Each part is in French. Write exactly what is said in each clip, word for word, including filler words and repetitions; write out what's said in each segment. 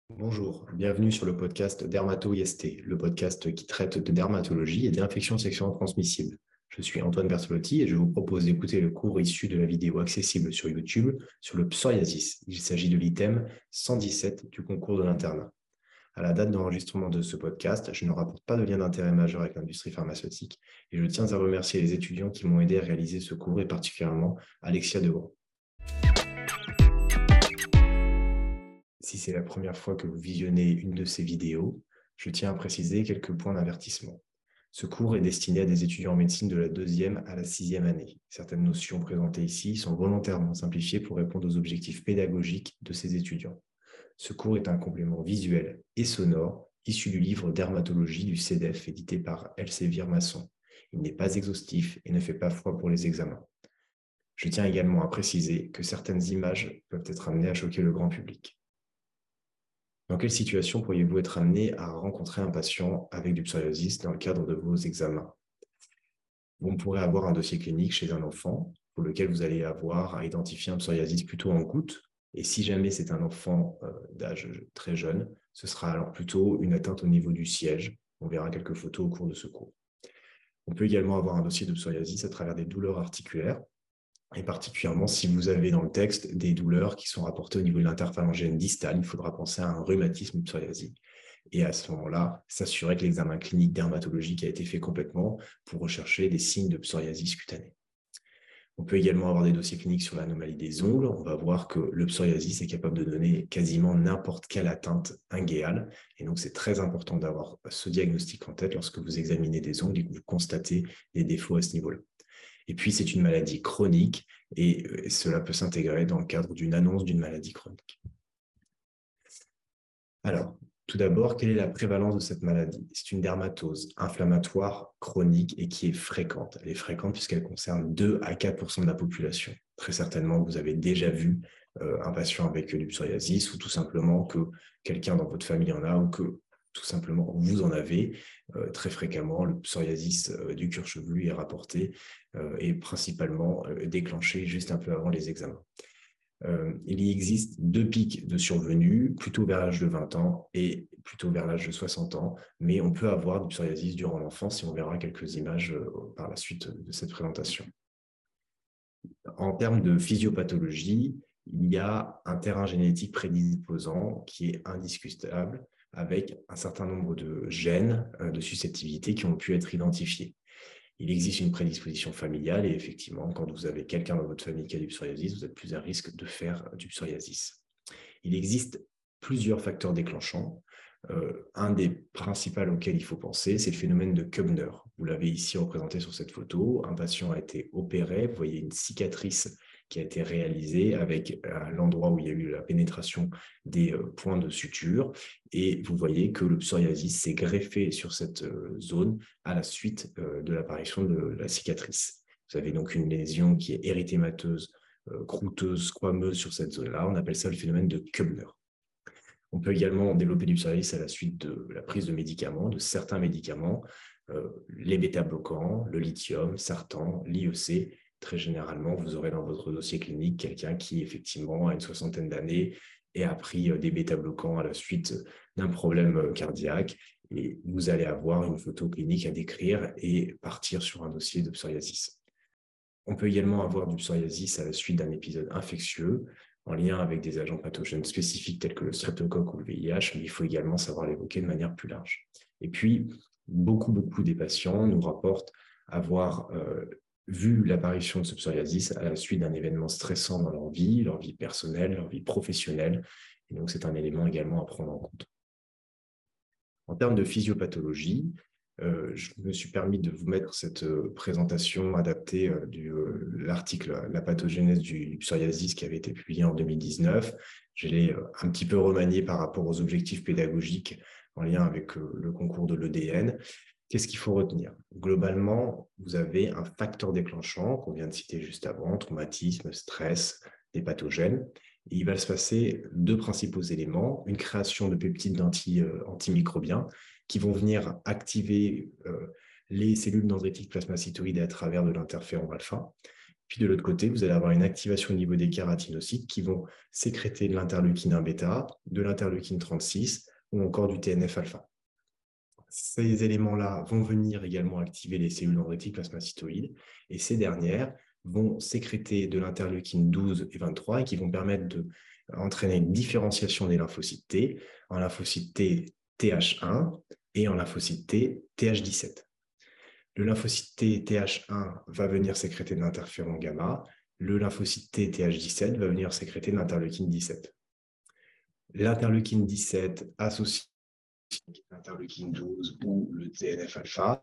Bonjour, bienvenue sur le podcast Dermato-I S T, le podcast qui traite de dermatologie et d'infections sexuellement transmissibles. Je suis Antoine Bertolotti et je vous propose d'écouter le cours issu de la vidéo accessible sur YouTube sur le psoriasis. Il s'agit de l'item cent dix-sept du concours de l'internat. À la date d'enregistrement de ce podcast, je ne rapporte pas de lien d'intérêt majeur avec l'industrie pharmaceutique et je tiens à remercier les étudiants qui m'ont aidé à réaliser ce cours et particulièrement Alexia Degros. Si c'est la première fois que vous visionnez une de ces vidéos, je tiens à préciser quelques points d'avertissement. Ce cours est destiné à des étudiants en médecine de la deuxième à la sixième année. Certaines notions présentées ici sont volontairement simplifiées pour répondre aux objectifs pédagogiques de ces étudiants. Ce cours est un complément visuel et sonore issu du livre Dermatologie du C E D E F édité par Elsevier Masson. Il n'est pas exhaustif et ne fait pas foi pour les examens. Je tiens également à préciser que certaines images peuvent être amenées à choquer le grand public. Dans quelle situation pourriez-vous être amené à rencontrer un patient avec du psoriasis dans le cadre de vos examens? Vous pourrez avoir un dossier clinique chez un enfant pour lequel vous allez avoir à identifier un psoriasis plutôt en gouttes. Et si jamais c'est un enfant euh, d'âge très jeune, ce sera alors plutôt une atteinte au niveau du siège. On verra quelques photos au cours de ce cours. On peut également avoir un dossier de psoriasis à travers des douleurs articulaires, et particulièrement si vous avez dans le texte des douleurs qui sont rapportées au niveau de l'interphalangienne distale, il faudra penser à un rhumatisme psoriasique. Et à ce moment-là, s'assurer que l'examen clinique dermatologique a été fait complètement pour rechercher des signes de psoriasis cutanée. On peut également avoir des dossiers cliniques sur l'anomalie des ongles. On va voir que le psoriasis est capable de donner quasiment n'importe quelle atteinte inguéale. Et donc, c'est très important d'avoir ce diagnostic en tête lorsque vous examinez des ongles et que vous constatez des défauts à ce niveau-là. Et puis, c'est une maladie chronique et cela peut s'intégrer dans le cadre d'une annonce d'une maladie chronique. Alors, tout d'abord, quelle est la prévalence de cette maladie? C'est une dermatose inflammatoire chronique et qui est fréquente. Elle est fréquente puisqu'elle concerne deux à quatre pour cent de la population. Très certainement, vous avez déjà vu euh, un patient avec du psoriasis ou tout simplement que quelqu'un dans votre famille en a ou que tout simplement vous en avez. Euh, très fréquemment, le psoriasis euh, du cuir chevelu est rapporté euh, et principalement euh, déclenché juste un peu avant les examens. Euh, il y existe deux pics de survenue, plutôt vers l'âge de vingt ans et plutôt vers l'âge de soixante ans, mais on peut avoir du psoriasis durant l'enfance et on verra quelques images euh, par la suite de cette présentation. En termes de physiopathologie, il y a un terrain génétique prédisposant qui est indiscutable avec un certain nombre de gènes euh, de susceptibilité qui ont pu être identifiés. Il existe une prédisposition familiale et effectivement, quand vous avez quelqu'un dans votre famille qui a du psoriasis, vous êtes plus à risque de faire du psoriasis. Il existe plusieurs facteurs déclenchants. Euh, un des principaux auxquels il faut penser, c'est le phénomène de Koebner. Vous l'avez ici représenté sur cette photo. Un patient a été opéré. Vous voyez une cicatrice qui a été réalisée avec euh, l'endroit où il y a eu la pénétration des euh, points de suture. Et vous voyez que le psoriasis s'est greffé sur cette euh, zone à la suite euh, de l'apparition de la cicatrice. Vous avez donc une lésion qui est érythémateuse, euh, croûteuse, squameuse sur cette zone-là. On appelle ça le phénomène de Koebner. On peut également développer du psoriasis à la suite de la prise de médicaments, de certains médicaments, euh, les bêta-bloquants, le lithium, Sartan, l'I E C. Très généralement, vous aurez dans votre dossier clinique quelqu'un qui, effectivement, a une soixantaine d'années et a pris des bêta-bloquants à la suite d'un problème cardiaque. Et vous allez avoir une photo clinique à décrire et partir sur un dossier de psoriasis. On peut également avoir du psoriasis à la suite d'un épisode infectieux en lien avec des agents pathogènes spécifiques tels que le streptocoque ou le V I H, mais il faut également savoir l'évoquer de manière plus large. Et puis, beaucoup, beaucoup des patients nous rapportent avoir euh, vu l'apparition de ce psoriasis à la suite d'un événement stressant dans leur vie, leur vie personnelle, leur vie professionnelle. Et donc, c'est un élément également à prendre en compte. En termes de physiopathologie, euh, je me suis permis de vous mettre cette euh, présentation adaptée euh, de euh, l'article La pathogénèse du psoriasis qui avait été publié en deux mille dix-neuf. Je l'ai euh, un petit peu remanié par rapport aux objectifs pédagogiques en lien avec euh, le concours de l'E D N. Qu'est-ce qu'il faut retenir? Globalement, vous avez un facteur déclenchant qu'on vient de citer juste avant, traumatisme, stress, des pathogènes. Et il va se passer deux principaux éléments, une création de peptides anti, euh, antimicrobiens qui vont venir activer euh, les cellules dendritiques plasmacytoïdes à travers de l'interféron alpha. Puis de l'autre côté, vous allez avoir une activation au niveau des kératinocytes qui vont sécréter de l'interleukine un bêta, de l'interleukine trente-six ou encore du T N F alpha. Ces éléments-là vont venir également activer les cellules dendritiques plasmacytoïdes et ces dernières vont sécréter de l'interleukine douze et vingt-trois et qui vont permettre d'entraîner une différenciation des lymphocytes T en lymphocytes T T H un et en lymphocytes T T H dix-sept. Le lymphocyte T T H un va venir sécréter de l'interféron gamma, le lymphocyte T T H dix-sept va venir sécréter de l'interleukine dix-sept. L'interleukine dix-sept associée l'interleukine douze ou le T N F alpha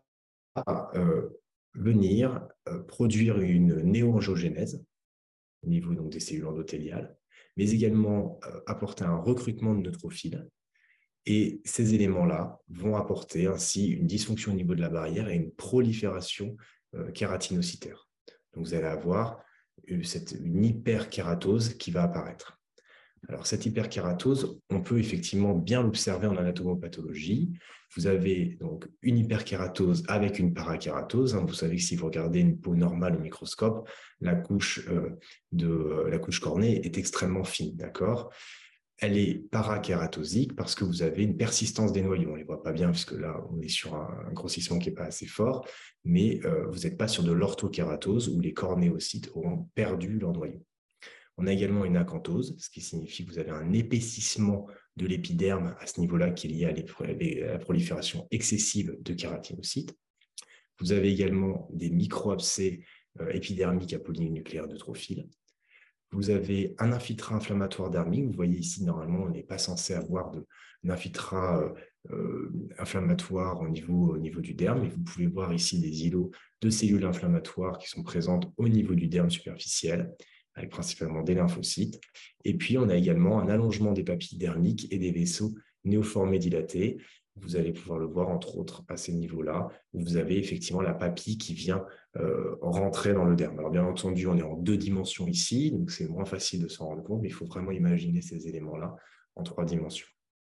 à euh, venir euh, produire une néoangiogénèse au niveau donc, des cellules endothéliales, mais également euh, apporter un recrutement de neutrophiles. Et ces éléments-là vont apporter ainsi une dysfonction au niveau de la barrière et une prolifération euh, kératinocytaire. Donc vous allez avoir une, cette, une hyperkératose qui va apparaître. Alors, cette hyperkératose, on peut effectivement bien l'observer en anatomopathologie. Vous avez donc une hyperkératose avec une parakératose. Vous savez que si vous regardez une peau normale au microscope, la couche, euh, de, euh, la couche cornée est extrêmement fine, d'accord ? Elle est parakératosique parce que vous avez une persistance des noyaux. On ne les voit pas bien puisque là, on est sur un, un grossissement qui n'est pas assez fort, mais euh, vous n'êtes pas sur de l'orthokératose où les cornéocytes auront perdu leur noyau. On a également une acanthose, ce qui signifie que vous avez un épaississement de l'épiderme à ce niveau-là qui est lié à la prolifération excessive de kératinocytes. Vous avez également des micro-abcès euh, épidermiques à polynucléaires neutrophiles. Vous avez un infiltrat inflammatoire dermique. Vous voyez ici, normalement, on n'est pas censé avoir d'infiltrat euh, euh, inflammatoire au niveau, au niveau du derme, mais vous pouvez voir ici des îlots de cellules inflammatoires qui sont présentes au niveau du derme superficiel, avec principalement des lymphocytes. Et puis, on a également un allongement des papilles dermiques et des vaisseaux néoformés dilatés. Vous allez pouvoir le voir, entre autres, à ces niveaux-là, où vous avez effectivement la papille qui vient euh, rentrer dans le derme. Alors, bien entendu, on est en deux dimensions ici, donc c'est moins facile de s'en rendre compte, mais il faut vraiment imaginer ces éléments-là en trois dimensions.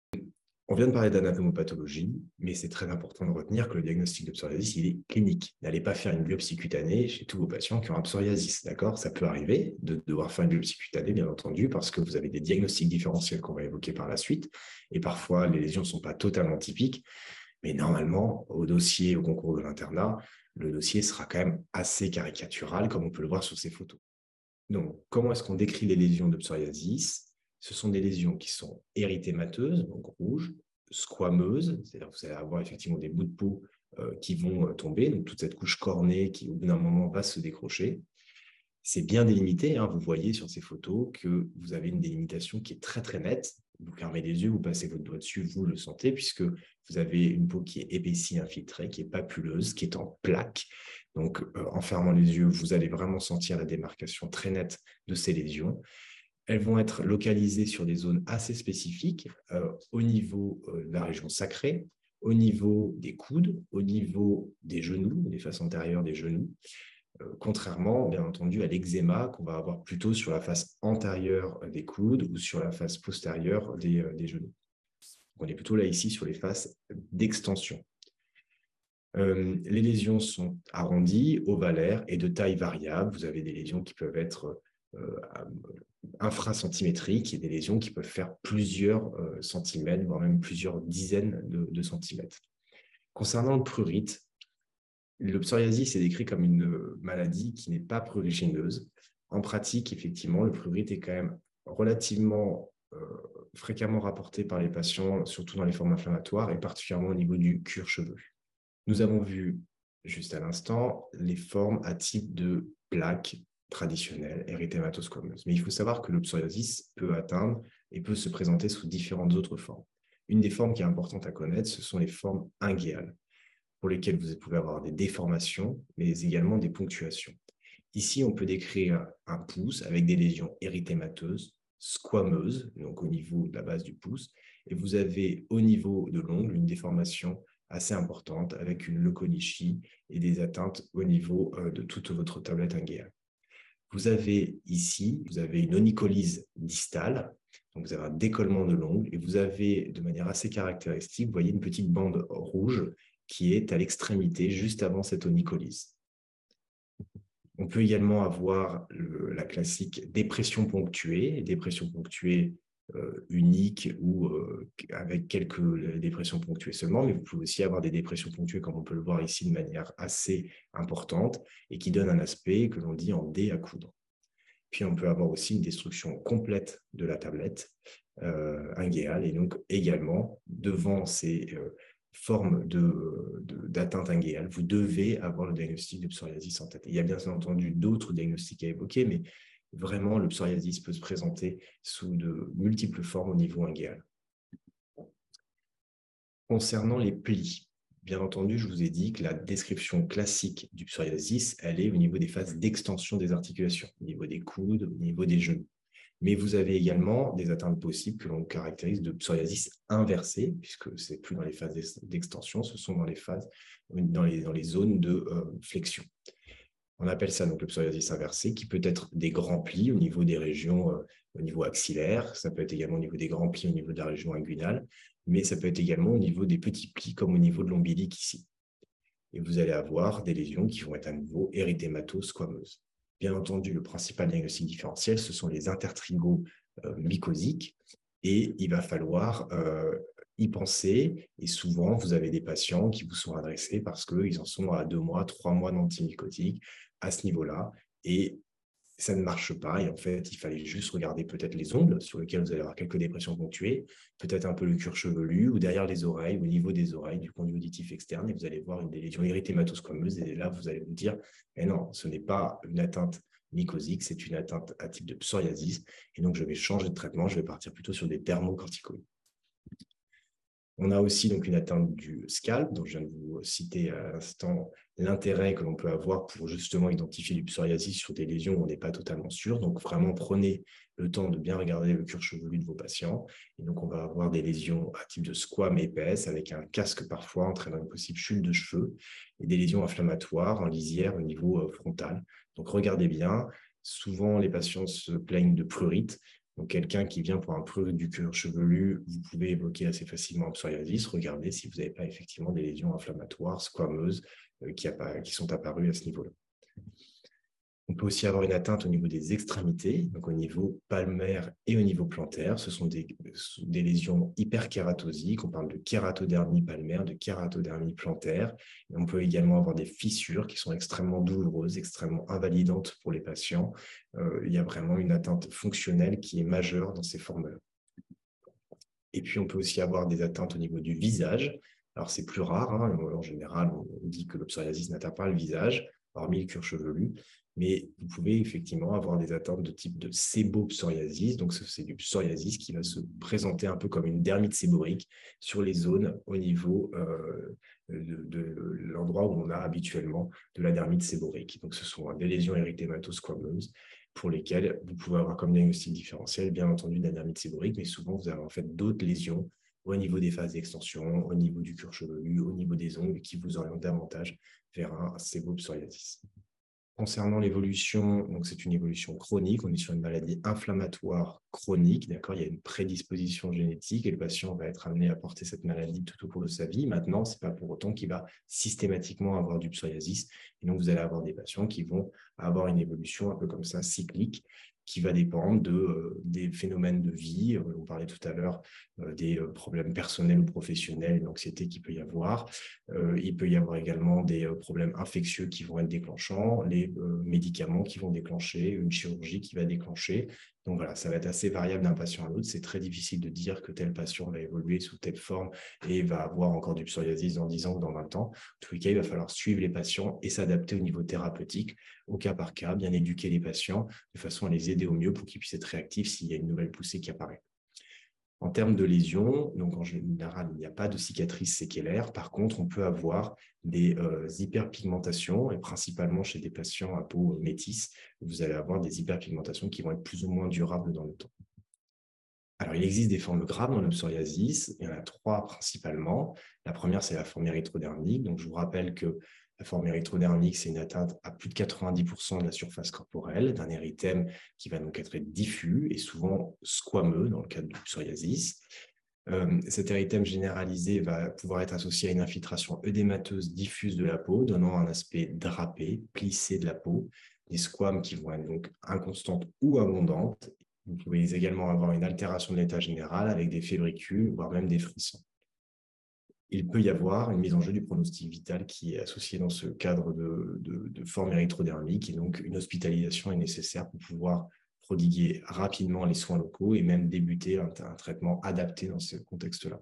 On vient de parler d'anatomopathologie, mais c'est très important de retenir que le diagnostic de psoriasis, il est clinique. N'allez pas faire une biopsie cutanée chez tous vos patients qui ont un psoriasis, d'accord ? Ça peut arriver de devoir faire une biopsie cutanée, bien entendu, parce que vous avez des diagnostics différentiels qu'on va évoquer par la suite, et parfois, les lésions ne sont pas totalement typiques, mais normalement, au dossier, au concours de l'internat, le dossier sera quand même assez caricatural, comme on peut le voir sur ces photos. Donc, comment est-ce qu'on décrit les lésions de psoriasis ? Ce sont des lésions qui sont érythémateuses, donc rouges, squameuses, c'est-à-dire que vous allez avoir effectivement des bouts de peau euh, qui vont tomber, donc toute cette couche cornée qui, au bout d'un moment, va se décrocher. C'est bien délimité, hein, vous voyez sur ces photos que vous avez une délimitation qui est très très nette. Vous fermez les yeux, vous passez votre doigt dessus, vous le sentez, puisque vous avez une peau qui est épaissie, infiltrée, qui est papuleuse, qui est en plaques. Donc, euh, en fermant les yeux, vous allez vraiment sentir la démarcation très nette de ces lésions. Elles vont être localisées sur des zones assez spécifiques, euh, au niveau euh, de la région sacrée, au niveau des coudes, au niveau des genoux, des faces antérieures des genoux, euh, contrairement, bien entendu, à l'eczéma qu'on va avoir plutôt sur la face antérieure des coudes ou sur la face postérieure des, euh, des genoux. On est plutôt là ici sur les faces d'extension. Euh, les lésions sont arrondies, ovalaires et de taille variable. Vous avez des lésions qui peuvent être euh, infracentimétriques et des lésions qui peuvent faire plusieurs euh, centimètres, voire même plusieurs dizaines de, de centimètres. Concernant le prurite, le psoriasis est décrit comme une maladie qui n'est pas prurigineuse. En pratique, effectivement, le prurite est quand même relativement euh, fréquemment rapporté par les patients, surtout dans les formes inflammatoires et particulièrement au niveau du cuir chevelu. Nous avons vu juste à l'instant les formes à type de plaques traditionnelles, érythématosquameuses. Mais il faut savoir que le psoriasis peut atteindre et peut se présenter sous différentes autres formes. Une des formes qui est importante à connaître, ce sont les formes inguéales, pour lesquelles vous pouvez avoir des déformations, mais également des ponctuations. Ici, on peut décrire un pouce avec des lésions érythémateuses, squameuses, donc au niveau de la base du pouce, et vous avez au niveau de l'ongle une déformation assez importante avec une leuconychie et des atteintes au niveau euh, de toute votre tablette inguéale. Vous avez ici, vous avez une onycholyse distale, donc vous avez un décollement de l'ongle et vous avez de manière assez caractéristique, vous voyez une petite bande rouge qui est à l'extrémité juste avant cette onycholyse. On peut également avoir le, la classique dépression ponctuée, dépression ponctuée euh, unique ou euh, avec quelques dépressions ponctuées seulement, mais vous pouvez aussi avoir des dépressions ponctuées, comme on peut le voir ici, de manière assez importante et qui donnent un aspect que l'on dit en dé à coudre. Puis on peut avoir aussi une destruction complète de la tablette euh, inguéale, et donc également, devant ces euh, formes de, de, d'atteinte inguéale, vous devez avoir le diagnostic de psoriasis en tête. Il y a bien entendu d'autres diagnostics à évoquer, mais vraiment, le psoriasis peut se présenter sous de multiples formes au niveau inguéal. Concernant les plis, bien entendu, je vous ai dit que la description classique du psoriasis, elle est au niveau des phases d'extension des articulations, au niveau des coudes, au niveau des genoux. Mais vous avez également des atteintes possibles que l'on caractérise de psoriasis inversée, puisque ce n'est plus dans les phases d'extension, ce sont dans les phases, dans les, dans les zones de euh, flexion. On appelle ça donc le psoriasis inversé, qui peut être des grands plis au niveau des régions, euh, au niveau axillaire, ça peut être également au niveau des grands plis au niveau de la région inguinale, mais ça peut être également au niveau des petits plis, comme au niveau de l'ombilic ici. Et vous allez avoir des lésions qui vont être à nouveau érythémato-squameuses. Bien entendu, le principal diagnostic différentiel, ce sont les intertrigaux euh, mycosiques, et il va falloir euh, y penser. Et souvent, vous avez des patients qui vous sont adressés parce qu'ils en sont à deux mois, trois mois d'antibiotiques à ce niveau-là. Et ça ne marche pas. Et en fait, il fallait juste regarder peut-être les ongles sur lesquels vous allez avoir quelques dépressions ponctuées, peut-être un peu le cuir chevelu ou derrière les oreilles, au niveau des oreilles, du conduit auditif externe, et vous allez voir une des lésions érythématosquameuses. Et là, vous allez vous dire, mais non, ce n'est pas une atteinte mycosique, c'est une atteinte à type de psoriasis. Et donc, je vais changer de traitement, je vais partir plutôt sur des dermocorticoïdes. On a aussi donc une atteinte du scalp, dont je viens de vous citer à l'instant l'intérêt que l'on peut avoir pour justement identifier du psoriasis sur des lésions où on n'est pas totalement sûr. Donc vraiment, prenez le temps de bien regarder le cuir chevelu de vos patients. Et donc, on va avoir des lésions à type de squame épaisse avec un casque parfois entraînant une possible chute de cheveux et des lésions inflammatoires en lisière au niveau frontal. Donc, regardez bien. Souvent, les patients se plaignent de prurite. Donc, quelqu'un qui vient pour un prurite du cuir chevelu, vous pouvez évoquer assez facilement un psoriasis. Regardez si vous n'avez pas effectivement des lésions inflammatoires, squameuses, euh, qui, qui sont apparues à ce niveau-là. On peut aussi avoir une atteinte au niveau des extrémités, donc au niveau palmaire et au niveau plantaire. Ce sont des, des lésions hyperkératosiques. On parle de kératodermie palmaire, de kératodermie plantaire. Et on peut également avoir des fissures qui sont extrêmement douloureuses, extrêmement invalidantes pour les patients. Euh, il y a vraiment une atteinte fonctionnelle qui est majeure dans ces formes-là. Et puis, on peut aussi avoir des atteintes au niveau du visage. Alors, c'est plus rare. Hein. En général, on dit que le psoriasis n'atteint pas le visage, hormis le cuir chevelu. Mais vous pouvez effectivement avoir des atteintes de type de sébopsoriasis. Donc, c'est du psoriasis qui va se présenter un peu comme une dermite séborique sur les zones au niveau euh, de, de l'endroit où on a habituellement de la dermite séborique. Donc, ce sont des lésions érythémato-squameuses pour lesquelles vous pouvez avoir comme diagnostic différentiel, bien entendu, de la dermite séborique, mais souvent, vous avez en fait d'autres lésions au niveau des phases d'extension, au niveau du cuir chevelu, au niveau des ongles, qui vous orientent davantage vers un sébopsoriasis. Concernant l'évolution, donc c'est une évolution chronique, on est sur une maladie inflammatoire chronique, d'accord, il y a une prédisposition génétique et le patient va être amené à porter cette maladie tout au cours de sa vie. Maintenant, ce n'est pas pour autant qu'il va systématiquement avoir du psoriasis. Et donc, vous allez avoir des patients qui vont avoir une évolution un peu comme ça, cyclique, qui va dépendre de, euh, des phénomènes de vie. On parlait tout à l'heure euh, des euh, problèmes personnels ou professionnels, l'anxiété qu'il peut y avoir. Euh, il peut y avoir également des euh, problèmes infectieux qui vont être déclenchants, les euh, médicaments qui vont déclencher, une chirurgie qui va déclencher. Donc voilà, ça va être assez variable d'un patient à l'autre. C'est très difficile de dire que tel patient va évoluer sous telle forme et va avoir encore du psoriasis dans dix ans ou dans vingt ans. En tous les cas, il va falloir suivre les patients et s'adapter au niveau thérapeutique, au cas par cas, bien éduquer les patients de façon à les aider au mieux pour qu'ils puissent être réactifs s'il y a une nouvelle poussée qui apparaît. En termes de lésions, donc en général, il n'y a pas de cicatrice séquellaire. Par contre, on peut avoir des euh, hyperpigmentations, et principalement chez des patients à peau métisse, vous allez avoir des hyperpigmentations qui vont être plus ou moins durables dans le temps. Alors, il existe des formes graves dans le psoriasis. Il y en a trois principalement. La première, c'est la forme érythrodermique. Donc, je vous rappelle que la forme érythrodermique, c'est une atteinte à plus de quatre-vingt-dix pour cent de la surface corporelle d'un érythème qui va donc être diffus et souvent squameux dans le cadre du psoriasis. Euh, cet érythème généralisé va pouvoir être associé à une infiltration œdémateuse diffuse de la peau, donnant un aspect drapé, plissé de la peau. des squames qui vont être donc inconstantes ou abondantes. Vous pouvez également avoir une altération de l'état général avec des fébricules, voire même des frissons. Il peut y avoir une mise en jeu du pronostic vital qui est associée dans ce cadre de, de, de forme érythrodermique, et donc une hospitalisation est nécessaire pour pouvoir prodiguer rapidement les soins locaux et même débuter un, un traitement adapté dans ce contexte-là.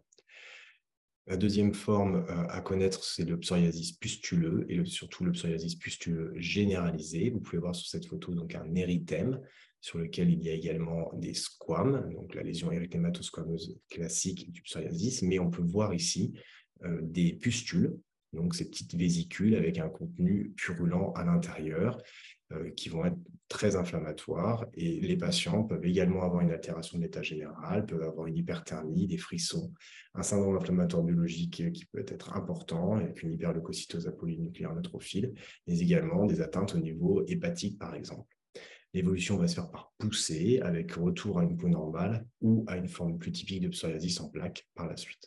La deuxième forme euh, à connaître, c'est le psoriasis pustuleux et le, surtout le psoriasis pustuleux généralisé. Vous pouvez voir sur cette photo donc un érythème sur lequel il y a également des squames, donc la lésion érythémato-squameuse classique du psoriasis, mais on peut voir ici euh, des pustules, donc ces petites vésicules avec un contenu purulent à l'intérieur, euh, qui vont être très inflammatoires, et les patients peuvent également avoir une altération de l'état général, peuvent avoir une hyperthermie, des frissons, un syndrome inflammatoire biologique qui peut être important, avec une hyperleucocytose polynucléaire neutrophile, mais également des atteintes au niveau hépatique, par exemple. L'évolution va se faire par poussée, avec retour à une peau normale ou à une forme plus typique de psoriasis en plaques par la suite.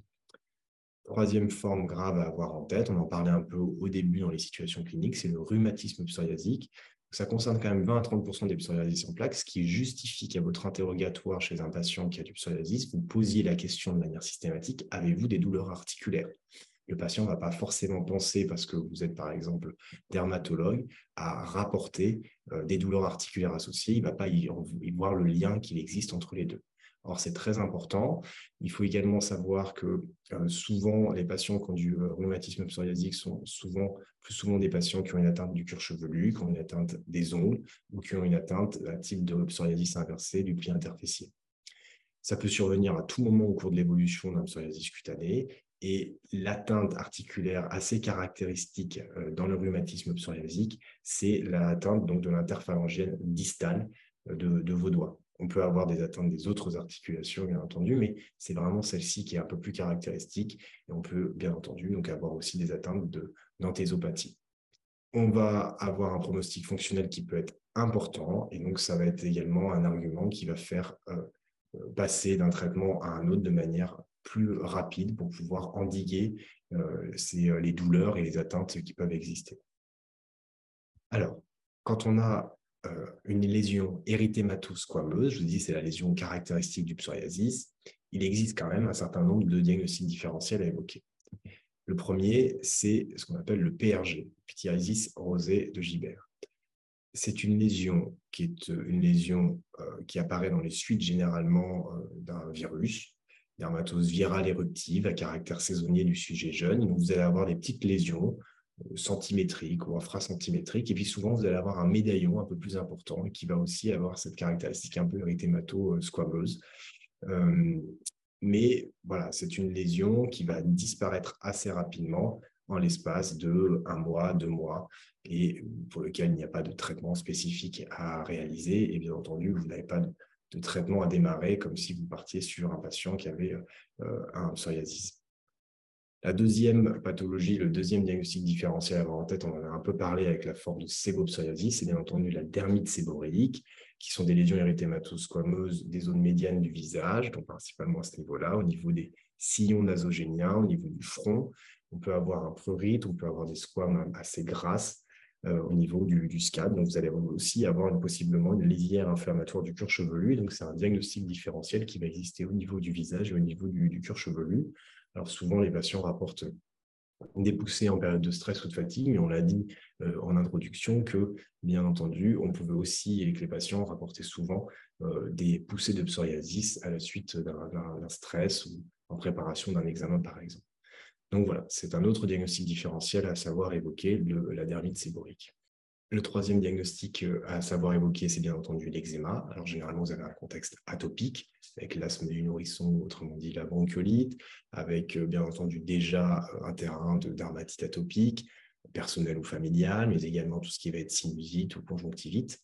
Troisième forme grave à avoir en tête, on en parlait un peu au début dans les situations cliniques, c'est le rhumatisme psoriasique. Ça concerne quand même vingt à trente pour cent des psoriasis en plaques, ce qui justifie qu'à votre interrogatoire chez un patient qui a du psoriasis, vous posiez la question de manière systématique: avez-vous des douleurs articulaires? Le patient ne va pas forcément penser, parce que vous êtes par exemple dermatologue, à rapporter euh, des douleurs articulaires associées. Il ne va pas y, y voir le lien qu'il existe entre les deux. Or, c'est très important. Il faut également savoir que euh, souvent, les patients qui ont du euh, rhumatisme psoriasique sont souvent, plus souvent des patients qui ont une atteinte du cuir chevelu, qui ont une atteinte des ongles, ou qui ont une atteinte à type de psoriasis inversée du pli interfessier. Ça peut survenir à tout moment au cours de l'évolution d'un psoriasis cutané, et l'atteinte articulaire assez caractéristique euh, dans le rhumatisme psoriasique, c'est l'atteinte donc de l'interphalangienne distale euh, de, de vos doigts. On peut avoir des atteintes des autres articulations, bien entendu, mais c'est vraiment celle-ci qui est un peu plus caractéristique, et on peut, bien entendu, donc avoir aussi des atteintes de, d'anthésopathie. On va avoir un pronostic fonctionnel qui peut être important, et donc ça va être également un argument qui va faire euh, passer d'un traitement à un autre de manière plus rapide pour pouvoir endiguer euh, ces, les douleurs et les atteintes qui peuvent exister. Alors, quand on a euh, une lésion érythémato-squameuse, je vous dis c'est la lésion caractéristique du psoriasis, il existe quand même un certain nombre de diagnostics différentiels à évoquer. Le premier, c'est ce qu'on appelle le P R G, pityriasis rosée de Gibert. C'est une lésion qui est une lésion euh, qui apparaît dans les suites généralement euh, d'un virus, dermatose virale éruptive à caractère saisonnier du sujet jeune. Donc, vous allez avoir des petites lésions euh, centimétriques ou infracentimétriques, et puis souvent, vous allez avoir un médaillon un peu plus important qui va aussi avoir cette caractéristique un peu érythémato-squameuse. Euh, mais voilà, c'est une lésion qui va disparaître assez rapidement en l'espace de un mois, deux mois, et pour lequel il n'y a pas de traitement spécifique à réaliser. Et bien entendu, vous n'avez pas de, de traitement à démarrer comme si vous partiez sur un patient qui avait euh, un psoriasis. La deuxième pathologie, le deuxième diagnostic différentiel à avoir en tête, on en a un peu parlé avec la forme de sébopsoriasis, c'est bien entendu la dermite séboréique, qui sont des lésions érythémato-squameuses des zones médianes du visage, donc principalement à ce niveau-là, au niveau des sillons nasogéniens, au niveau du front. On peut avoir un prurite, on peut avoir des squames assez grasses euh, au niveau du, du scalp. Donc, vous allez aussi avoir une, possiblement une lisière inflammatoire du cuir chevelu. Donc, c'est un diagnostic différentiel qui va exister au niveau du visage et au niveau du, du cuir chevelu. Alors, souvent, les patients rapportent des poussées en période de stress ou de fatigue, mais on l'a dit euh, en introduction que, bien entendu, on pouvait aussi, et que les patients rapportaient souvent euh, des poussées de psoriasis à la suite d'un, d'un stress ou en préparation d'un examen, par exemple. Donc voilà, c'est un autre diagnostic différentiel à savoir évoquer, le, la dermite séborique. Le troisième diagnostic à savoir évoquer, c'est bien entendu l'eczéma. Alors, généralement, vous avez un contexte atopique, avec l'asthme du nourrisson, autrement dit la bronchiolite, avec bien entendu déjà un terrain de dermatite atopique, personnel ou familial, mais également tout ce qui va être sinusite ou conjonctivite.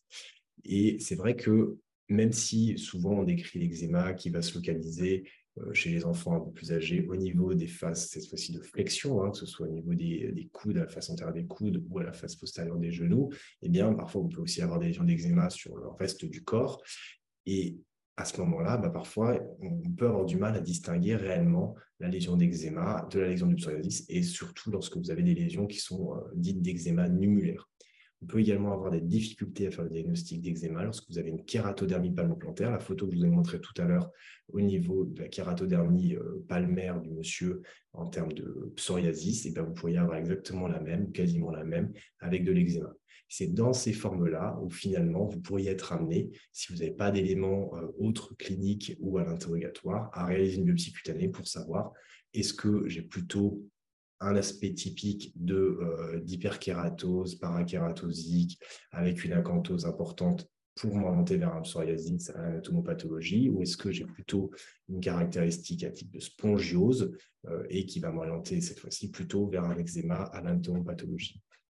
Et c'est vrai que même si souvent on décrit l'eczéma qui va se localiser chez les enfants un peu plus âgés au niveau des faces, cette fois-ci de flexion, hein, que ce soit au niveau des, des coudes, à la face antérieure des coudes ou à la face postérieure des genoux, eh bien, parfois, on peut aussi avoir des lésions d'eczéma sur le reste du corps. Et à ce moment-là, bah, parfois, on peut avoir du mal à distinguer réellement la lésion d'eczéma de la lésion du psoriasis, et surtout lorsque vous avez des lésions qui sont euh, dites d'eczéma numulaire. On peut également avoir des difficultés à faire le diagnostic d'eczéma lorsque vous avez une kératodermie palmoplantaire. La photo que je vous ai montrée tout à l'heure au niveau de la kératodermie euh, palmaire du monsieur en termes de psoriasis, et bien vous pourriez avoir exactement la même, quasiment la même, avec de l'eczéma. C'est dans ces formes-là où finalement vous pourriez être amené, si vous n'avez pas d'éléments euh, autres cliniques ou à l'interrogatoire, à réaliser une biopsie cutanée pour savoir est-ce que j'ai plutôt un aspect typique de, euh, d'hyperkératose, parakératosique, avec une acanthose importante pour m'orienter vers un psoriasis à l'anatomopathologie, ou est-ce que j'ai plutôt une caractéristique à type de spongiose euh, et qui va m'orienter cette fois-ci plutôt vers un eczéma à l'anatomopathologie.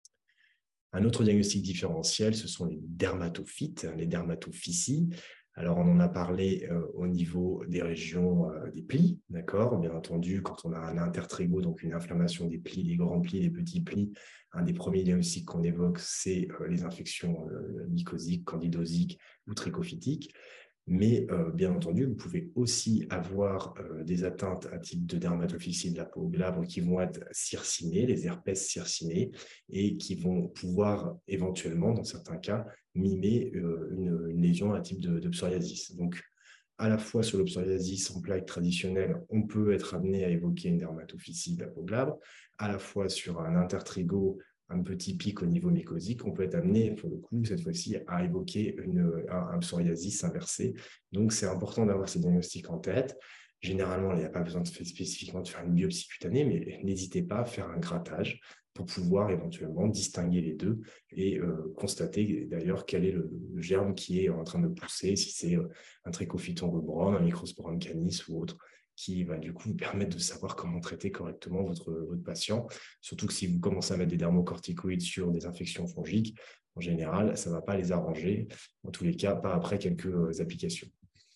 Un autre diagnostic différentiel, ce sont les dermatophytes, les dermatophyties. Alors, on en a parlé euh, au niveau des régions euh, des plis, d'accord? Bien entendu, quand on a un intertrigo, donc une inflammation des plis, les grands plis, les petits plis, un des premiers diagnostics qu'on évoque, c'est euh, les infections euh, mycosiques, candidosiques ou trichophytiques. Mais euh, bien entendu, vous pouvez aussi avoir euh, des atteintes à type de dermatophysie de la peau glabre qui vont être circinées, les herpès circinés, et qui vont pouvoir éventuellement, dans certains cas, mimer euh, une, une lésion à type de, de psoriasis. Donc, à la fois sur le psoriasis en plaque traditionnelle, on peut être amené à évoquer une dermatophysie de la peau glabre, à la fois sur un intertrigo, un petit pic au niveau mycosique, on peut être amené, pour le coup, cette fois-ci, à évoquer une, un, un psoriasis inversé. Donc, c'est important d'avoir ces diagnostics en tête. Généralement, il n'y a pas besoin de faire, spécifiquement de faire une biopsie cutanée, mais n'hésitez pas à faire un grattage pour pouvoir éventuellement distinguer les deux et euh, constater d'ailleurs quel est le, le germe qui est en train de pousser, si c'est euh, un trichophyton rubrum, un microsporum canis ou autre, qui va du coup vous permettre de savoir comment traiter correctement votre, votre patient. Surtout que si vous commencez à mettre des dermocorticoïdes sur des infections fongiques, en général, ça ne va pas les arranger, en tous les cas, pas après quelques euh, applications.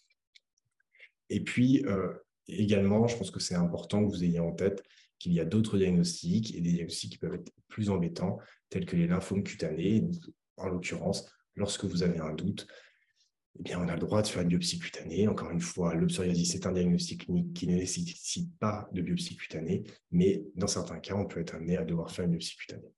Et puis, euh, également, je pense que c'est important que vous ayez en tête qu'il y a d'autres diagnostics et des diagnostics qui peuvent être plus embêtants, tels que les lymphomes cutanés. En l'occurrence, lorsque vous avez un doute, eh bien, on a le droit de faire une biopsie cutanée. Encore une fois, le psoriasis est un diagnostic clinique qui ne nécessite pas de biopsie cutanée, mais dans certains cas, on peut être amené à devoir faire une biopsie cutanée.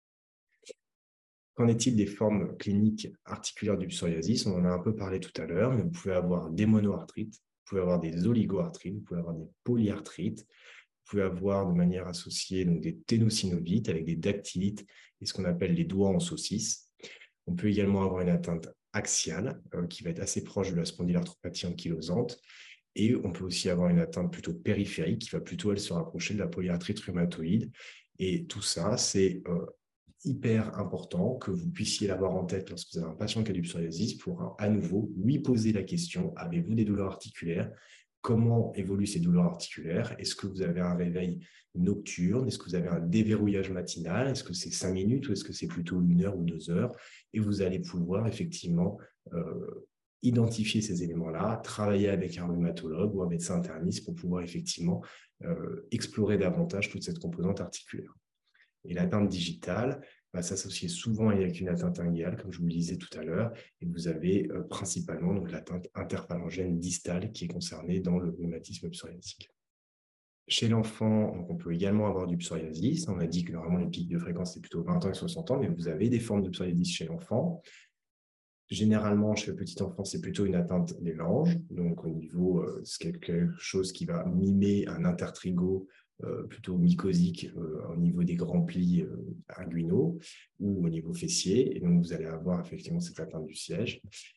Qu'en est-il des formes cliniques articulaires du psoriasis? On en a un peu parlé tout à l'heure, mais vous pouvez avoir des monoarthrites, vous pouvez avoir des oligoarthrites, vous pouvez avoir des polyarthrites, vous pouvez avoir de manière associée donc, des ténosynovites avec des dactylites et ce qu'on appelle les doigts en saucisse. On peut également avoir une atteinte axiale euh, qui va être assez proche de la spondylarthropathie ankylosante. Et on peut aussi avoir une atteinte plutôt périphérique qui va plutôt elle, se rapprocher de la polyarthrite rhumatoïde. Et tout ça, c'est euh, hyper important que vous puissiez l'avoir en tête lorsque vous avez un patient qui a du psoriasis pour à nouveau lui poser la question, avez-vous des douleurs articulaires? Comment évoluent ces douleurs articulaires? Est-ce que vous avez un réveil nocturne? Est-ce que vous avez un déverrouillage matinal? Est-ce que c'est cinq minutes ou est-ce que c'est plutôt une heure ou deux heures? Et vous allez pouvoir effectivement euh, identifier ces éléments-là, travailler avec un rhumatologue ou un médecin interniste pour pouvoir effectivement euh, explorer davantage toute cette composante articulaire. Et l'atteinte digitale va s'associer souvent avec une atteinte inguinale, comme je vous le disais tout à l'heure, et vous avez euh, principalement donc, l'atteinte interphalangienne distale qui est concernée dans le rhumatisme psoriatique. Chez l'enfant, on peut également avoir du psoriasis. On a dit que normalement les pics de fréquence, c'est plutôt vingt ans et soixante ans, mais vous avez des formes de psoriasis chez l'enfant. Généralement, chez le petit enfant, c'est plutôt une atteinte des langes. Donc, au niveau, euh, c'est quelque chose qui va mimer un intertrigo euh, plutôt mycosique euh, au niveau des grands plis euh, inguinaux ou au niveau fessier. Et donc, vous allez avoir effectivement cette atteinte du siège.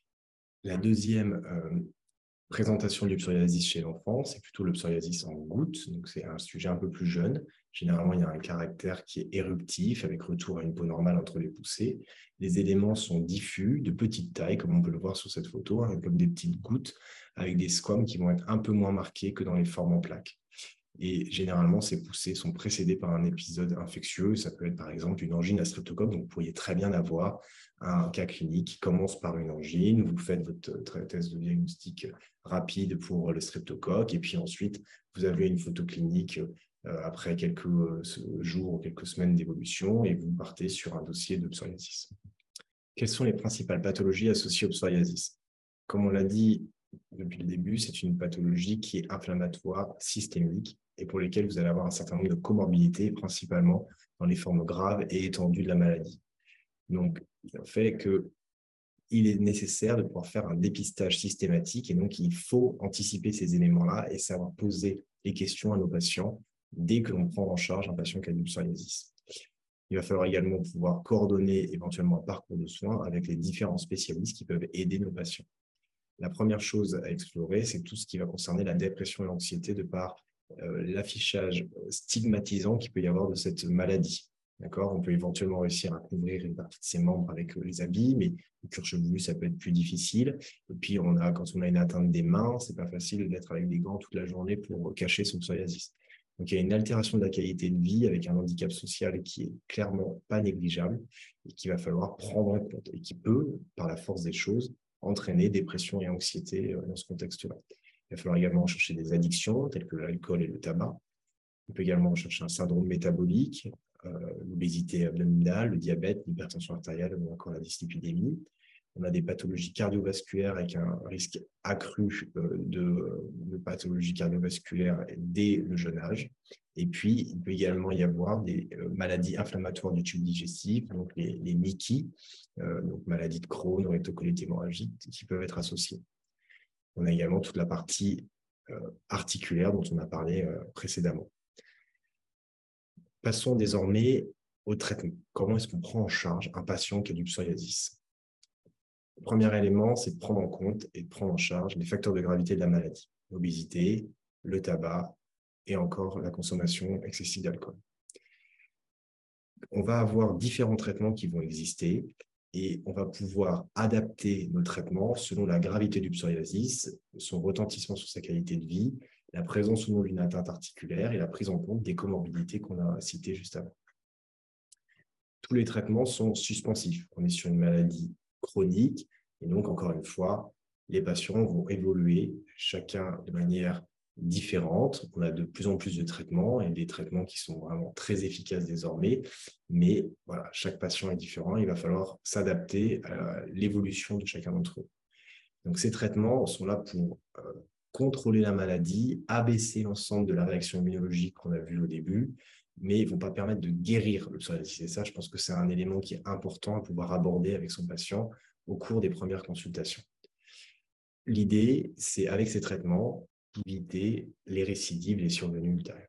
La deuxième euh, présentation du psoriasis chez l'enfant, c'est plutôt le psoriasis en gouttes. Donc, c'est un sujet un peu plus jeune. Généralement, il y a un caractère qui est éruptif avec retour à une peau normale entre les poussées. Les éléments sont diffus, de petite taille, comme on peut le voir sur cette photo, hein, comme des petites gouttes avec des squames qui vont être un peu moins marqués que dans les formes en plaques. Et généralement, ces poussées sont précédées par un épisode infectieux. Ça peut être par exemple une angine à streptocoque. Donc, vous pourriez très bien avoir un cas clinique qui commence par une angine. Vous faites votre test de diagnostic rapide pour le streptocoque. Et puis ensuite, vous avez une photo clinique euh, après quelques euh, jours ou quelques semaines d'évolution et vous partez sur un dossier de psoriasis. Quelles sont les principales pathologies associées au psoriasis? Comme on l'a dit depuis le début, c'est une pathologie qui est inflammatoire systémique et pour lesquelles vous allez avoir un certain nombre de comorbidités, principalement dans les formes graves et étendues de la maladie. Donc, ça fait qu'il est nécessaire de pouvoir faire un dépistage systématique et donc il faut anticiper ces éléments-là et savoir poser les questions à nos patients dès que l'on prend en charge un patient qui a du psoriasis. Il va falloir également pouvoir coordonner éventuellement un parcours de soins avec les différents spécialistes qui peuvent aider nos patients. La première chose à explorer, c'est tout ce qui va concerner la dépression et l'anxiété de par euh, l'affichage stigmatisant qu'il peut y avoir de cette maladie. D'accord ? On peut éventuellement réussir à couvrir une partie de ses membres avec les habits, mais le cuir chevelu, ça peut être plus difficile. Et puis, on a, quand on a une atteinte des mains, c'est pas facile d'être avec des gants toute la journée pour cacher son psoriasis. Donc, il y a une altération de la qualité de vie avec un handicap social qui est clairement pas négligeable et qu'il va falloir prendre en compte et qui peut, par la force des choses, entraîner dépression et anxiété dans ce contexte-là. Il va falloir également rechercher des addictions telles que l'alcool et le tabac. On peut également rechercher un syndrome métabolique, euh, l'obésité abdominale, le diabète, l'hypertension artérielle ou encore la dyslipidémie. On a des pathologies cardiovasculaires avec un risque accru euh, de, de pathologies cardiovasculaires dès le jeune âge. Et puis, il peut également y avoir des euh, maladies inflammatoires du tube digestif, donc les, les M I C I, euh, donc maladies de Crohn, rectocolite hémorragique, qui peuvent être associées. On a également toute la partie euh, articulaire dont on a parlé euh, précédemment. Passons désormais au traitement. Comment est-ce qu'on prend en charge un patient qui a du psoriasis ? Le premier élément, c'est de prendre en compte et de prendre en charge les facteurs de gravité de la maladie. L'obésité, le tabac et encore la consommation excessive d'alcool. On va avoir différents traitements qui vont exister et on va pouvoir adapter nos traitements selon la gravité du psoriasis, son retentissement sur sa qualité de vie, la présence ou non d'une atteinte articulaire et la prise en compte des comorbidités qu'on a citées juste avant. Tous les traitements sont suspensifs. On est sur une maladie chronique et donc, encore une fois, les patients vont évoluer chacun de manière différente. On a de plus en plus de traitements et des traitements qui sont vraiment très efficaces désormais. Mais voilà, chaque patient est différent. Il va falloir s'adapter à l'évolution de chacun d'entre eux. Donc, ces traitements sont là pour euh, contrôler la maladie, abaisser l'ensemble de la réaction immunologique qu'on a vue au début, mais ils ne vont pas permettre de guérir le psoriasis. Et ça, je pense que c'est un élément qui est important à pouvoir aborder avec son patient au cours des premières consultations. L'idée, c'est avec ces traitements, d'éviter les récidives, les survenues ultérieures.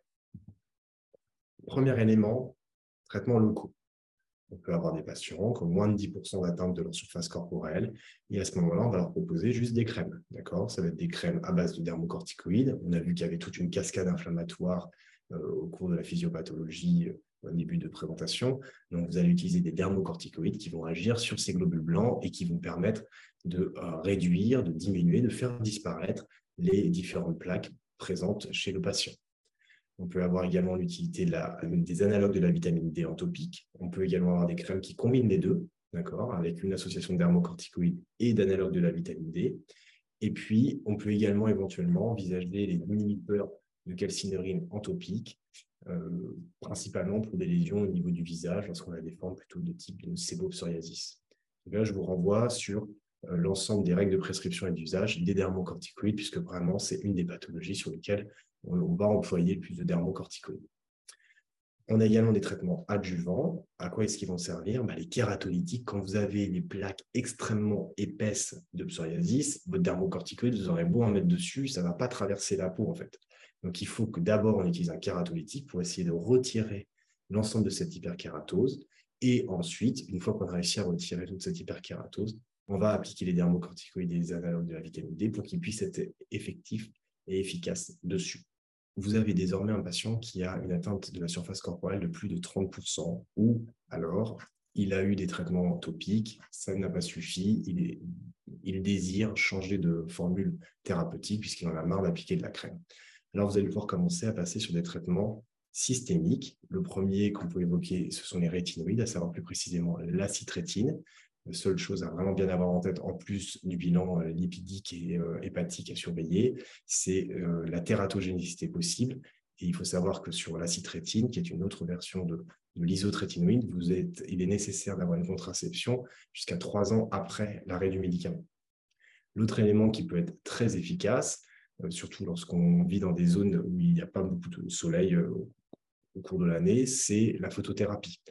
Premier élément, traitements locaux. On peut avoir des patients qui ont moins de dix pour cent d'atteinte de leur surface corporelle et à ce moment-là, on va leur proposer juste des crèmes. D'accord ? Ça va être des crèmes à base de dermocorticoïdes. On a vu qu'il y avait toute une cascade inflammatoire euh, au cours de la physiopathologie euh, au début de présentation. Donc, vous allez utiliser des dermocorticoïdes qui vont agir sur ces globules blancs et qui vont permettre de euh, réduire, de diminuer, de faire disparaître les différentes plaques présentes chez le patient. On peut avoir également l'utilité de la, des analogues de la vitamine D en topique. On peut également avoir des crèmes qui combinent les deux, d'accord, avec une association de dermocorticoïdes et d'analogues de la vitamine D. Et puis, on peut également éventuellement envisager les inhibiteurs de calcinérine en topique, euh, principalement pour des lésions au niveau du visage, lorsqu'on a des formes plutôt de type de sébopsoriasis. Et là, je vous renvoie sur euh, l'ensemble des règles de prescription et d'usage des dermocorticoïdes, puisque vraiment, c'est une des pathologies sur lesquelles on va employer le plus de dermocorticoïdes. On a également des traitements adjuvants. À quoi est-ce qu'ils vont servir ? Bah, les kératolytiques, quand vous avez des plaques extrêmement épaisses de psoriasis, votre dermocorticoïde, vous aurez beau en mettre dessus, ça ne va pas traverser la peau en fait. Donc il faut que d'abord on utilise un kératolytique pour essayer de retirer l'ensemble de cette hyperkératose. Et ensuite, une fois qu'on a réussi à retirer toute cette hyperkératose, on va appliquer les dermocorticoïdes et les analogues de la vitamine D pour qu'ils puissent être effectifs et efficaces dessus. Vous avez désormais un patient qui a une atteinte de la surface corporelle de plus de trente pour cent, ou alors il a eu des traitements topiques, ça n'a pas suffi, il, est, il désire changer de formule thérapeutique puisqu'il en a marre d'appliquer de la crème. Alors vous allez pouvoir commencer à passer sur des traitements systémiques. Le premier qu'on peut évoquer, ce sont les rétinoïdes, à savoir plus précisément l'acitrétine. La seule chose à vraiment bien avoir en tête, en plus du bilan euh, lipidique et euh, hépatique à surveiller, c'est euh, la tératogénicité possible. Et il faut savoir que sur l'acitrétine, qui est une autre version de, de l'isotrétinoïde, vous êtes, il est nécessaire d'avoir une contraception jusqu'à trois ans après l'arrêt du médicament. L'autre élément qui peut être très efficace, euh, surtout lorsqu'on vit dans des zones où il n'y a pas beaucoup de soleil euh, au cours de l'année, c'est la photothérapie.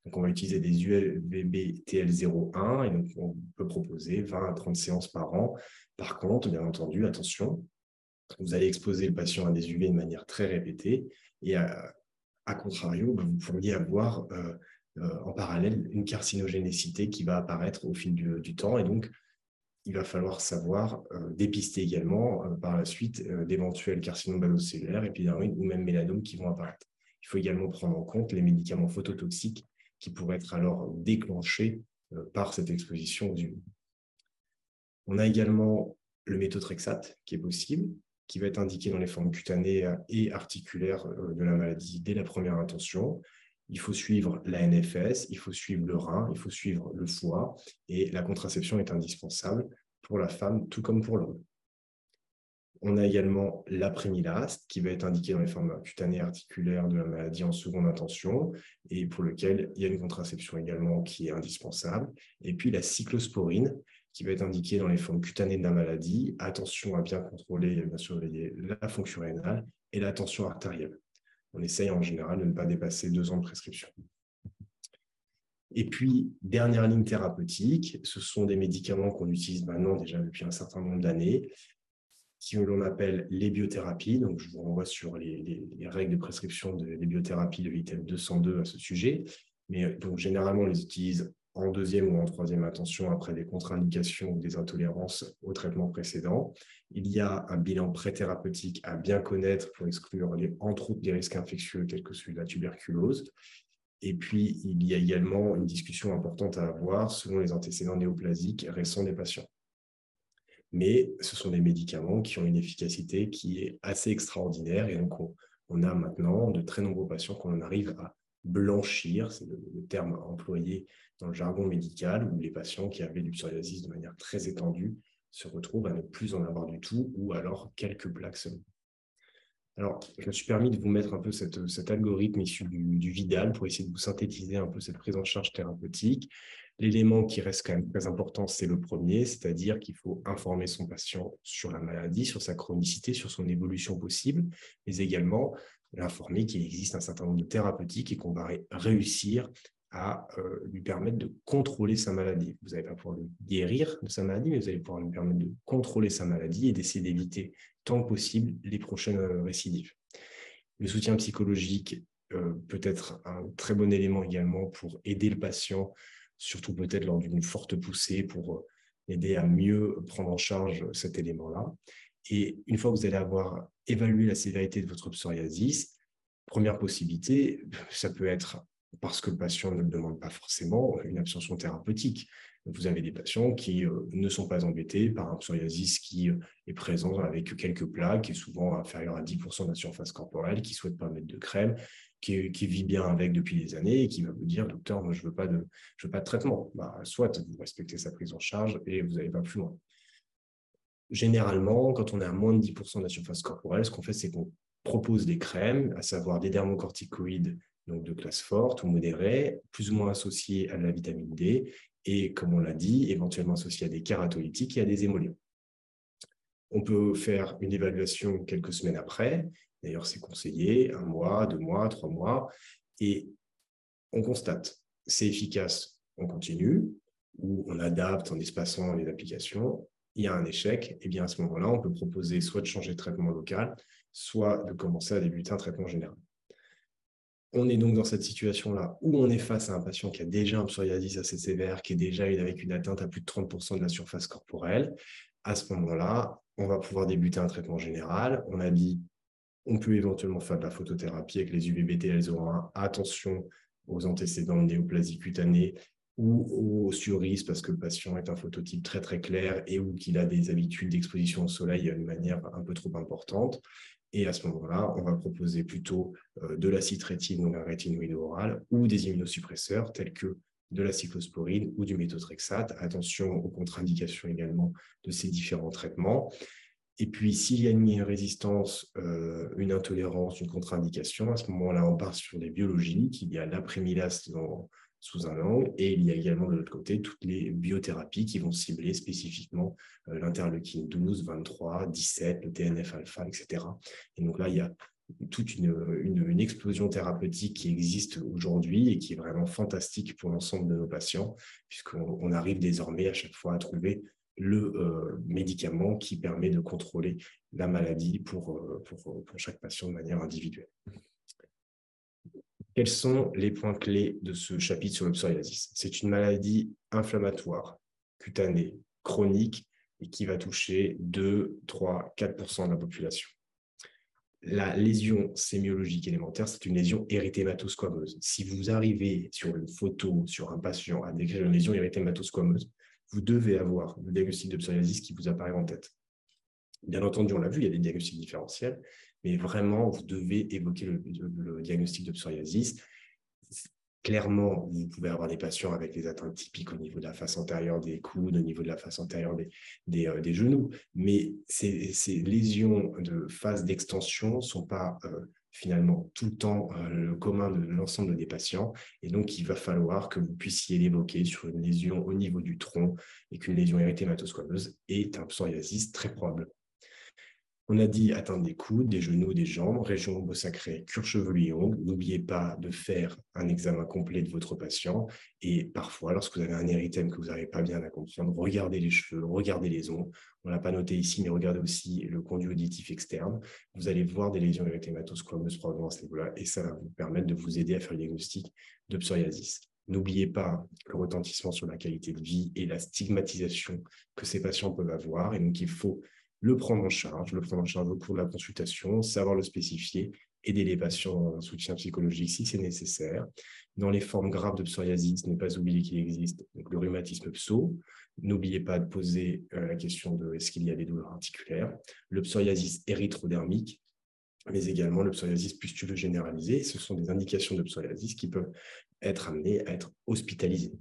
Donc, on va utiliser des U L V B T L zéro virgule un et donc on peut proposer vingt à trente séances par an. Par contre, bien entendu, attention, vous allez exposer le patient à des U V de manière très répétée et à, à contrario, vous pourriez avoir euh, euh, en parallèle une carcinogénicité qui va apparaître au fil du, du temps et donc il va falloir savoir euh, dépister également euh, par la suite euh, d'éventuels carcinomes basocellulaires, épidermoïdes ou même mélanomes qui vont apparaître. Il faut également prendre en compte les médicaments phototoxiques qui pourraient être alors déclenchés euh, par cette exposition aux U V. On a également le méthotrexate qui est possible, qui va être indiqué dans les formes cutanées et articulaires euh, de la maladie dès la première intention. Il faut suivre la N F S, il faut suivre le rein, il faut suivre le foie et la contraception est indispensable pour la femme tout comme pour l'homme. On a également l'apremilast qui va être indiqué dans les formes cutanées et articulaires de la maladie en seconde intention et pour lequel il y a une contraception également qui est indispensable. Et puis la cyclosporine qui va être indiquée dans les formes cutanées de la maladie. Attention à bien contrôler et bien surveiller la fonction rénale et la tension artérielle. On essaye en général de ne pas dépasser deux ans de prescription. Et puis, dernière ligne thérapeutique, ce sont des médicaments qu'on utilise maintenant déjà depuis un certain nombre d'années, que l'on appelle les biothérapies. Donc, je vous renvoie sur les, les, les règles de prescription des de biothérapies de l'I T L deux cent deux à ce sujet. Mais donc, généralement, on les utilise en deuxième ou en troisième intention après des contre-indications ou des intolérances au traitement précédent. Il y a un bilan pré-thérapeutique à bien connaître pour exclure, les, entre autres, des risques infectieux tels que celui de la tuberculose. Et puis, il y a également une discussion importante à avoir selon les antécédents néoplasiques récents des patients. Mais ce sont des médicaments qui ont une efficacité qui est assez extraordinaire. Et donc, on, on a maintenant de très nombreux patients qu'on arrive à blanchir, c'est le, le terme employé dans le jargon médical, où les patients qui avaient du psoriasis de manière très étendue se retrouvent à ne plus en avoir du tout, ou alors quelques plaques seulement. Alors, je me suis permis de vous mettre un peu cette, cet algorithme issu du, du Vidal pour essayer de vous synthétiser un peu cette prise en charge thérapeutique. L'élément qui reste quand même très important, c'est le premier, c'est-à-dire qu'il faut informer son patient sur la maladie, sur sa chronicité, sur son évolution possible, mais également l'informer qu'il existe un certain nombre de thérapeutiques et qu'on va réussir à euh, lui permettre de contrôler sa maladie. Vous n'allez pas pouvoir le guérir de sa maladie, mais vous allez pouvoir lui permettre de contrôler sa maladie et d'essayer d'éviter tant que possible les prochaines récidives. Le soutien psychologique euh, peut être un très bon élément également pour aider le patient, surtout peut-être lors d'une forte poussée, pour aider à mieux prendre en charge cet élément-là. Et une fois que vous allez avoir évalué la sévérité de votre psoriasis, première possibilité, ça peut être parce que le patient ne le demande pas forcément, une abstention thérapeutique. Vous avez des patients qui euh, ne sont pas embêtés par un psoriasis qui euh, est présent avec quelques plaques, qui est souvent inférieur à dix pour cent de la surface corporelle, qui ne souhaite pas mettre de crème, qui, qui vit bien avec depuis des années et qui va vous dire, docteur, moi, je ne veux pas de, je veux pas de traitement. Bah, soit vous respectez sa prise en charge et vous n'allez pas plus loin. Généralement, quand on est à moins de dix pour cent de la surface corporelle, ce qu'on fait, c'est qu'on propose des crèmes, à savoir des dermocorticoïdes donc de classe forte ou modérée, plus ou moins associés à de la vitamine D, et comme on l'a dit, éventuellement associés à des kératolytiques et à des émollients. On peut faire une évaluation quelques semaines après, d'ailleurs c'est conseillé, un mois, deux mois, trois mois, et on constate, c'est efficace, on continue, ou on adapte en espaçant les applications. Il y a un échec, et bien à ce moment-là, on peut proposer soit de changer de traitement local, soit de commencer à débuter un traitement général. On est donc dans cette situation-là où on est face à un patient qui a déjà un psoriasis assez sévère, qui est déjà avec une atteinte à plus de trente pour cent de la surface corporelle. À ce moment-là, on va pouvoir débuter un traitement général. On a dit, on peut éventuellement faire de la photothérapie avec les U V B T L zéro un. Attention aux antécédents de néoplasie cutanée ou aux surisses parce que le patient est un phototype très très clair et ou qu'il a des habitudes d'exposition au soleil de manière un peu trop importante. Et à ce moment-là, on va proposer plutôt euh, de la citrétine ou la rétinoïde orale ou des immunosuppresseurs tels que de la cyclosporine ou du méthotrexate. Attention aux contre-indications également de ces différents traitements. Et puis, s'il y a une résistance, euh, une intolérance, une contre-indication, à ce moment-là, on part sur les biologiques. Il y a l'apremilast dans sous un angle, et il y a également de l'autre côté toutes les biothérapies qui vont cibler spécifiquement euh, l'interleukine douze, vingt-trois, dix-sept, le T N F alpha, et cetera. Et donc là, il y a toute une, une, une explosion thérapeutique qui existe aujourd'hui et qui est vraiment fantastique pour l'ensemble de nos patients, puisqu'on on arrive désormais à chaque fois à trouver le euh, médicament qui permet de contrôler la maladie pour, euh, pour, pour chaque patient de manière individuelle. Quels sont les points clés de ce chapitre sur le psoriasis? C'est une maladie inflammatoire, cutanée, chronique et qui va toucher deux, trois, quatre pour cent de la population. La lésion sémiologique élémentaire, c'est une lésion érythémato-squameuse. Si vous arrivez sur une photo, sur un patient, à décrire une lésion érythémato-squameuse, vous devez avoir le diagnostic de psoriasis qui vous apparaît en tête. Bien entendu, on l'a vu, il y a des diagnostics différentiels, mais vraiment, vous devez évoquer le, le, le diagnostic de psoriasis. Clairement, vous pouvez avoir des patients avec des atteintes typiques au niveau de la face antérieure des coudes, au niveau de la face antérieure des, des, euh, des genoux, mais ces, ces lésions de phase d'extension ne sont pas euh, finalement tout le temps euh, le commun de l'ensemble des patients, et donc il va falloir que vous puissiez l'évoquer sur une lésion au niveau du tronc et qu'une lésion érythémato-squameuse est un psoriasis très probable. On a dit atteindre des coudes, des genoux, des jambes, région ombo-sacrée, cuir chevelu et ongles. N'oubliez pas de faire un examen complet de votre patient. Et parfois, lorsque vous avez un érythème que vous n'arrivez pas bien à comprendre, regardez les cheveux, regardez les ongles. On ne l'a pas noté ici, mais regardez aussi le conduit auditif externe. Vous allez voir des lésions érythémato-squameuses probablement à ce niveau-là, et ça va vous permettre de vous aider à faire le diagnostic de psoriasis. N'oubliez pas le retentissement sur la qualité de vie et la stigmatisation que ces patients peuvent avoir. Et donc, il faut le prendre en charge, le prendre en charge au cours de la consultation, savoir le spécifier, aider les patients en soutien psychologique si c'est nécessaire. Dans les formes graves de psoriasis, ne pas oublier qu'il existe donc, le rhumatisme pso. N'oubliez pas de poser euh, la question de est-ce qu'il y a des douleurs articulaires, le psoriasis érythrodermique, mais également le psoriasis pustuleux généralisé. Ce sont des indications de psoriasis qui peuvent être amenées à être hospitalisées.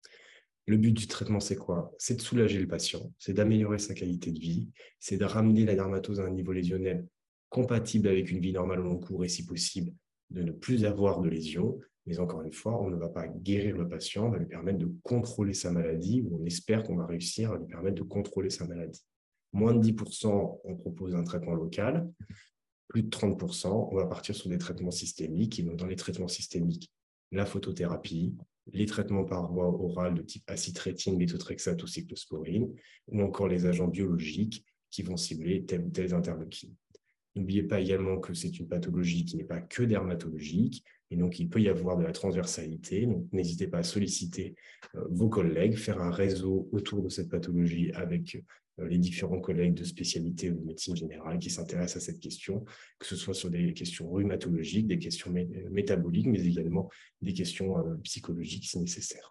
Le but du traitement, c'est quoi? C'est de soulager le patient, c'est d'améliorer sa qualité de vie, c'est de ramener la dermatose à un niveau lésionnel compatible avec une vie normale au long cours et si possible, de ne plus avoir de lésions. Mais encore une fois, on ne va pas guérir le patient, on va lui permettre de contrôler sa maladie ou on espère qu'on va réussir à lui permettre de contrôler sa maladie. Moins de dix pour cent, on propose un traitement local. Plus de trente pour cent, on va partir sur des traitements systémiques. Et donc, dans les traitements systémiques, la photothérapie, les traitements par voie orale de type acitrétine, méthotrexate ou cyclosporine, ou encore les agents biologiques qui vont cibler telles ou telles interleukines. N'oubliez pas également que c'est une pathologie qui n'est pas que dermatologique, et donc il peut y avoir de la transversalité. Donc n'hésitez pas à solliciter euh, vos collègues, faire un réseau autour de cette pathologie avec euh, les différents collègues de spécialité ou de médecine générale qui s'intéressent à cette question, que ce soit sur des questions rhumatologiques, des questions mé métaboliques, mais également des questions euh, psychologiques si nécessaire.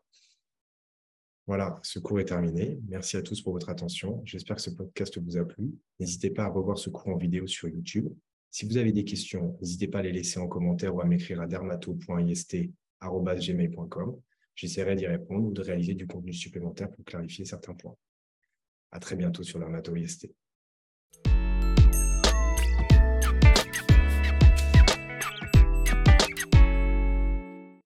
Voilà, ce cours est terminé. Merci à tous pour votre attention. J'espère que ce podcast vous a plu. N'hésitez pas à revoir ce cours en vidéo sur YouTube. Si vous avez des questions, n'hésitez pas à les laisser en commentaire ou à m'écrire à dermato point i s t arobase gmail point com. J'essaierai d'y répondre ou de réaliser du contenu supplémentaire pour clarifier certains points. À très bientôt sur Dermato I S T.